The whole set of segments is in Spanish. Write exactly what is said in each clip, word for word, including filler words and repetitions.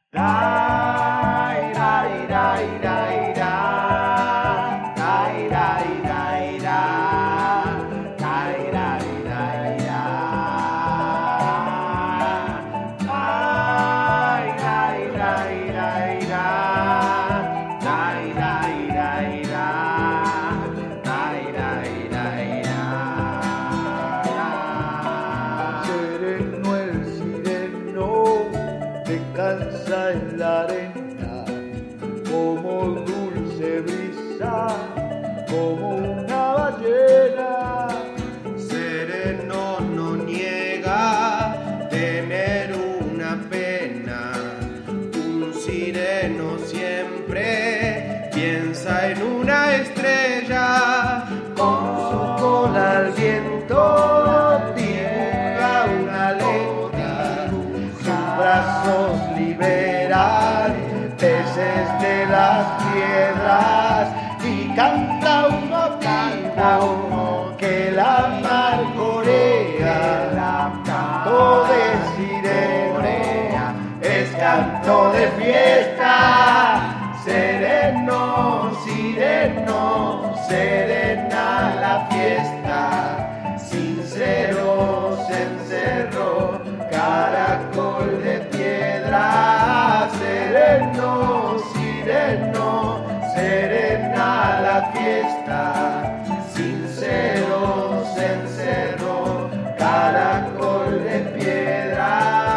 Dai, dai, dai, dai, da. Dai, dai, dai, da. Dai, dai, dai, da. Dai, dai, dai, dai, da. Dai, dai, dai, da. Dai, dai, dai, da. Sereno el sireno descansa en la arena, como dulce brisa, como una ballena. Sereno no niega tener una pena, un sireno siempre piensa en una estrella. Con su cola al viento dibuja una letra, sus brazos liberan peces de las piedras y canta un motivo que la mar corea. Canto de sirena es canto de fiesta. Sereno, sireno, serena la fiesta. Sincero se encerró, caracol de piedra. Sereno, sireno, serena la fiesta. Sincero se encerró, caracol de piedra.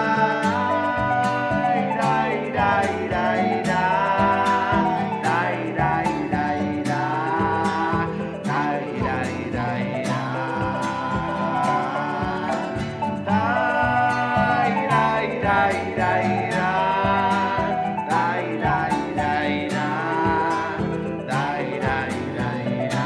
Dai, dai, dai, da. Dai, dai, dai, da. Dai, dai, dai, da. Dai, dai, dai, dai, da. Dai, dai, dai, da. Dai, dai, dai, da.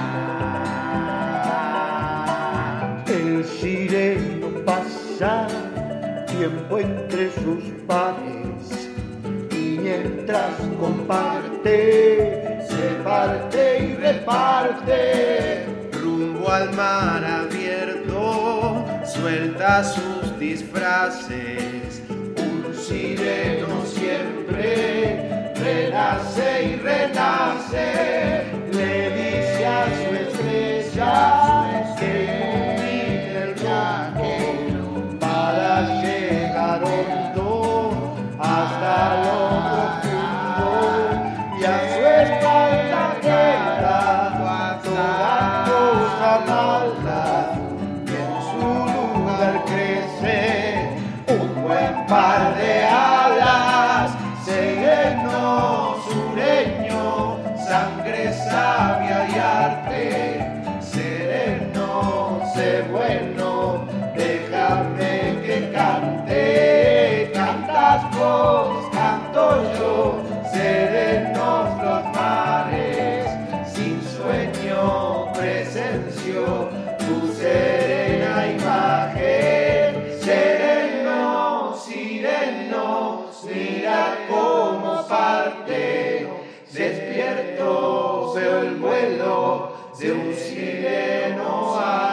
El sireno pasa tiempo entre sus pares y mientras comparte, se parte y reparte. Rumbo al mar abierto, suelta sus disfraces. Un sireno siempre renace y renace, le dice a su estrella que ilumine el viaje para llegar hondo hasta lo profundo, y a su espalda queda toda cosa mala, y en su lugar crece un buen par de alas. Sereno, sureño, sangre sabia y arte. Sereno, sé bueno, déjame que cante. Cantas vos, canto yo, serenos los mares. Sin sueño presencio tu serena imagen. Sereno, sireno, mira cómo parte. Despierto veo el vuelo de un sireno.